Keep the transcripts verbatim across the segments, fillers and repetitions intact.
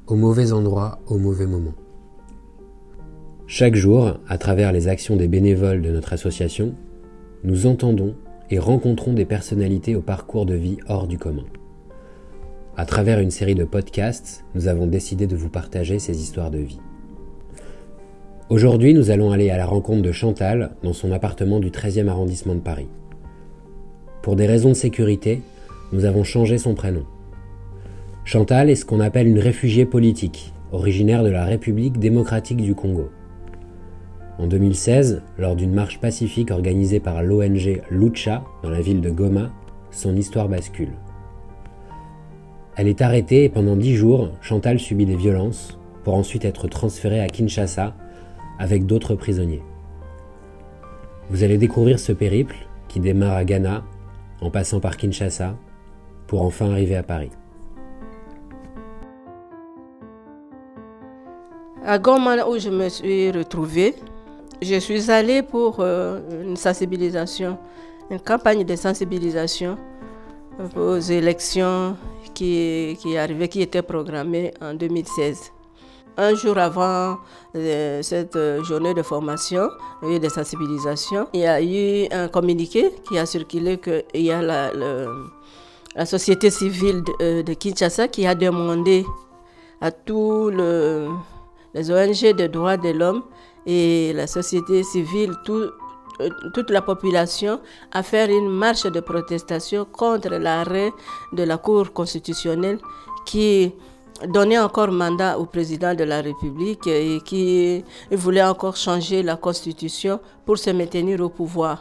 au mauvais endroit, au mauvais moment. Chaque jour, à travers les actions des bénévoles de notre association, nous entendons et rencontrons des personnalités au parcours de vie hors du commun. À travers une série de podcasts, nous avons décidé de vous partager ces histoires de vie. Aujourd'hui, nous allons aller à la rencontre de Chantal dans son appartement du treizième arrondissement de Paris. Pour des raisons de sécurité, nous avons changé son prénom. Chantal est ce qu'on appelle une réfugiée politique, originaire de la République démocratique du Congo. En deux mille seize, lors d'une marche pacifique organisée par l'O N G Lucha dans la ville de Goma, son histoire bascule. Elle est arrêtée et pendant dix jours, Chantal subit des violences pour ensuite être transférée à Kinshasa avec d'autres prisonniers. Vous allez découvrir ce périple qui démarre à Ghana, en passant par Kinshasa, pour enfin arriver à Paris. À Goma, où je me suis retrouvée, je suis allée pour euh, une sensibilisation, une campagne de sensibilisation aux élections qui, qui arrivaient, qui étaient programmées en deux mille seize. Un jour avant euh, cette journée de formation et de sensibilisation, il y a eu un communiqué qui a circulé qu'il y a la, le, la société civile de, de Kinshasa qui a demandé à tous le, les O N G de droits de l'homme et la société civile, tout, toute la population, à faire une marche de protestation contre l'arrêt de la Cour constitutionnelle qui donnait encore mandat au président de la République et qui voulait encore changer la Constitution pour se maintenir au pouvoir.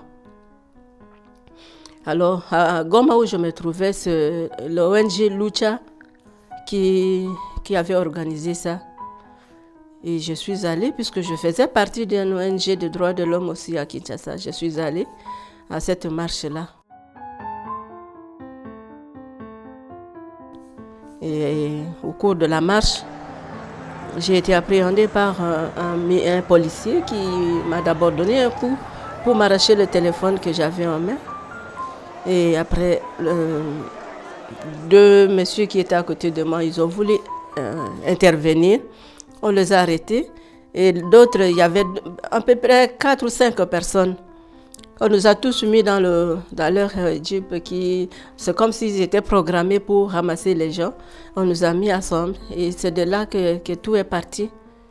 Alors, à Goma, où je me trouvais, c'est l'O N G Lucha qui, qui avait organisé ça. Et je suis allée, puisque je faisais partie d'une O N G de droits de l'homme aussi à Kinshasa, je suis allée à cette marche-là. Et au cours de la marche, j'ai été appréhendée par un, un, un policier qui m'a d'abord donné un coup pour m'arracher le téléphone que j'avais en main. Et après, le, deux messieurs qui étaient à côté de moi, ils ont voulu euh, intervenir. On les a arrêtés. Et d'autres, il y avait à peu près quatre ou cinq personnes. On nous a tous mis dans, le, dans leur jeep qui, c'est comme s'ils étaient programmés pour ramasser les gens. On nous a mis ensemble et c'est de là que, que tout est parti.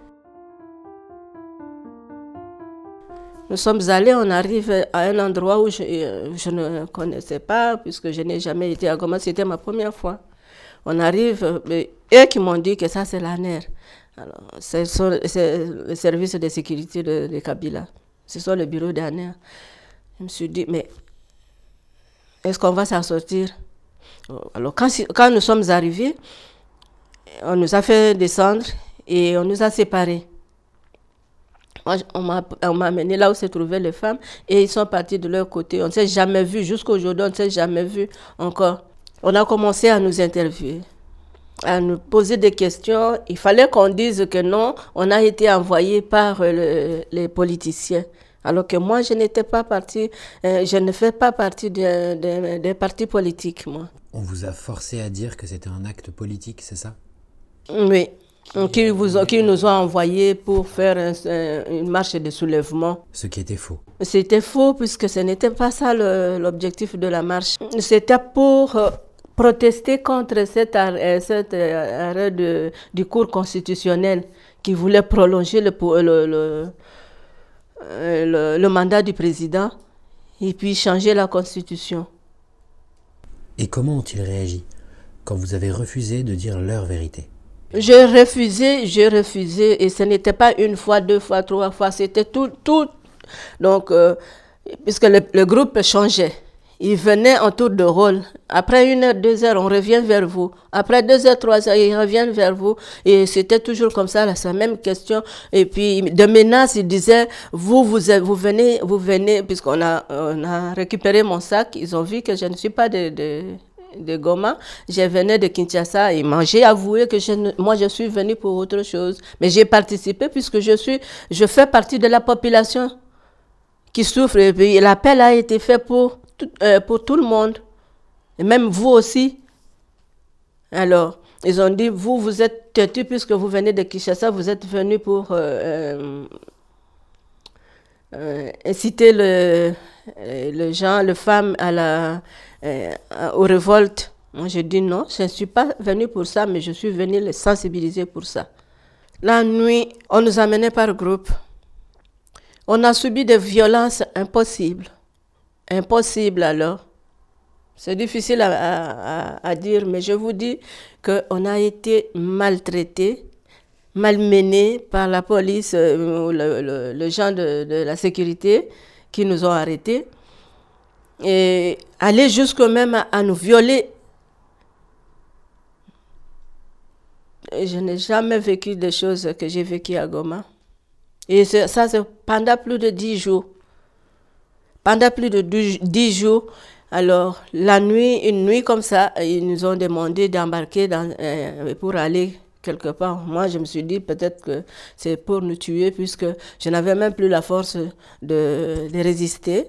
Nous sommes allés, on arrive à un endroit où je, je ne connaissais pas puisque je n'ai jamais été à Goma, c'était ma première fois. On arrive, mais eux qui m'ont dit que ça c'est l'A N R. Alors, c'est, c'est le service de sécurité de, de Kabila. Ce sont le bureau d'A N R. Je me suis dit, mais est-ce qu'on va s'en sortir? Alors, quand, quand nous sommes arrivés, on nous a fait descendre et on nous a séparés. Moi, on m'a, on m'a amené là où se trouvaient les femmes et ils sont partis de leur côté. On ne s'est jamais vu, jusqu'à aujourd'hui, on ne s'est jamais vu encore. On a commencé à nous interviewer, à nous poser des questions. Il fallait qu'on dise que non, on a été envoyé par le, les politiciens. Alors que moi, je n'étais pas partie, euh, je ne fais pas partie des de, de partis politiques, moi. On vous a forcé à dire que c'était un acte politique, c'est ça? Oui, qui, qui, vous, qui nous ont envoyés pour faire un, une marche de soulèvement. Ce qui était faux. C'était faux puisque ce n'était pas ça le, l'objectif de la marche. C'était pour euh, protester contre cet arrêt, cet arrêt de, du cours constitutionnel qui voulait prolonger le... le, le Le, le mandat du président et puis changer la constitution. Et comment ont-ils réagi quand vous avez refusé de dire leur vérité? J'ai refusé, j'ai refusé et ce n'était pas une fois, deux fois, trois fois, c'était tout, tout. Donc, euh, puisque le, le groupe changeait, ils venaient en tour de rôle. Après une heure, deux heures, on revient vers vous. Après deux heures, trois heures, ils reviennent vers vous. Et c'était toujours comme ça, la même question. Et puis, de menaces, ils disaient, vous, vous, vous venez, vous venez, puisqu'on a, on a récupéré mon sac. Ils ont vu que je ne suis pas de, de, de Goma. Je venais de Kinshasa. Et moi, j'ai avoué que je ne, moi, je suis venue pour autre chose. Mais j'ai participé puisque je suis, je fais partie de la population qui souffre. Et puis, l'appel a été fait pour Tout, euh, pour tout le monde, et même vous aussi. Alors, Ils ont dit, vous, vous êtes têtu puisque vous venez de Kinshasa, vous êtes venu pour euh, euh, euh, inciter le, le gens, les femmes à la, euh, aux révoltes. Moi, je dis non, je ne suis pas venue pour ça, mais je suis venue les sensibiliser pour ça. La nuit, on nous amenait par groupe. On a subi des violences impossibles. Impossibles alors. C'est difficile à, à, à dire, mais je vous dis qu'on a été maltraités, malmenés par la police, euh, le, le, le gens de, de la sécurité qui nous ont arrêtés, et aller jusqu'au même à, à nous violer. Et je n'ai jamais vécu des choses que j'ai vécues à Goma. Et ça, c'est pendant plus de dix jours. Pendant plus de dix jours, alors la nuit, une nuit comme ça, ils nous ont demandé d'embarquer dans, euh, pour aller quelque part. Moi, je me suis dit peut-être que c'est pour nous tuer, puisque je n'avais même plus la force de, de résister.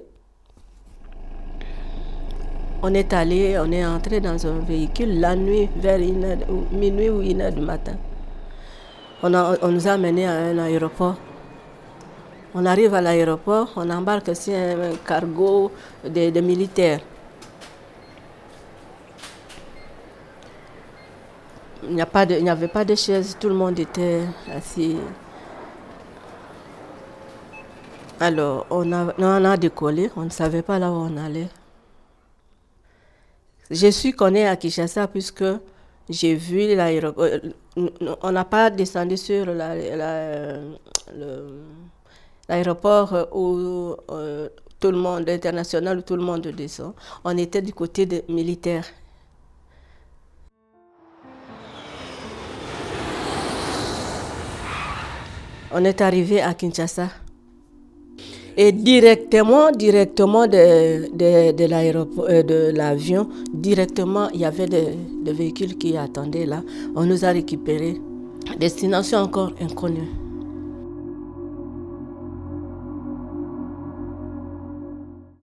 On est allé, on est entré dans un véhicule la nuit, vers une heure, minuit ou une heure du matin. On, a, on nous a amenés à un aéroport. On arrive à l'aéroport, on embarque sur un cargo de, de militaires. Il n'y a pas de, il n'y avait pas de chaise, tout le monde était assis. Alors, on a, on a décollé, on ne savait pas là où on allait. Je suis connue à Kinshasa puisque j'ai vu l'aéroport. On n'a pas descendu sur la, la, le, l'aéroport où euh, tout le monde, international, où tout le monde descend. On était du côté des militaires. On est arrivé à Kinshasa. Et directement, directement de, de, de l'aéroport, euh, de l'avion, directement, il y avait des, des véhicules qui attendaient là. On nous a récupérés. Destination encore inconnue.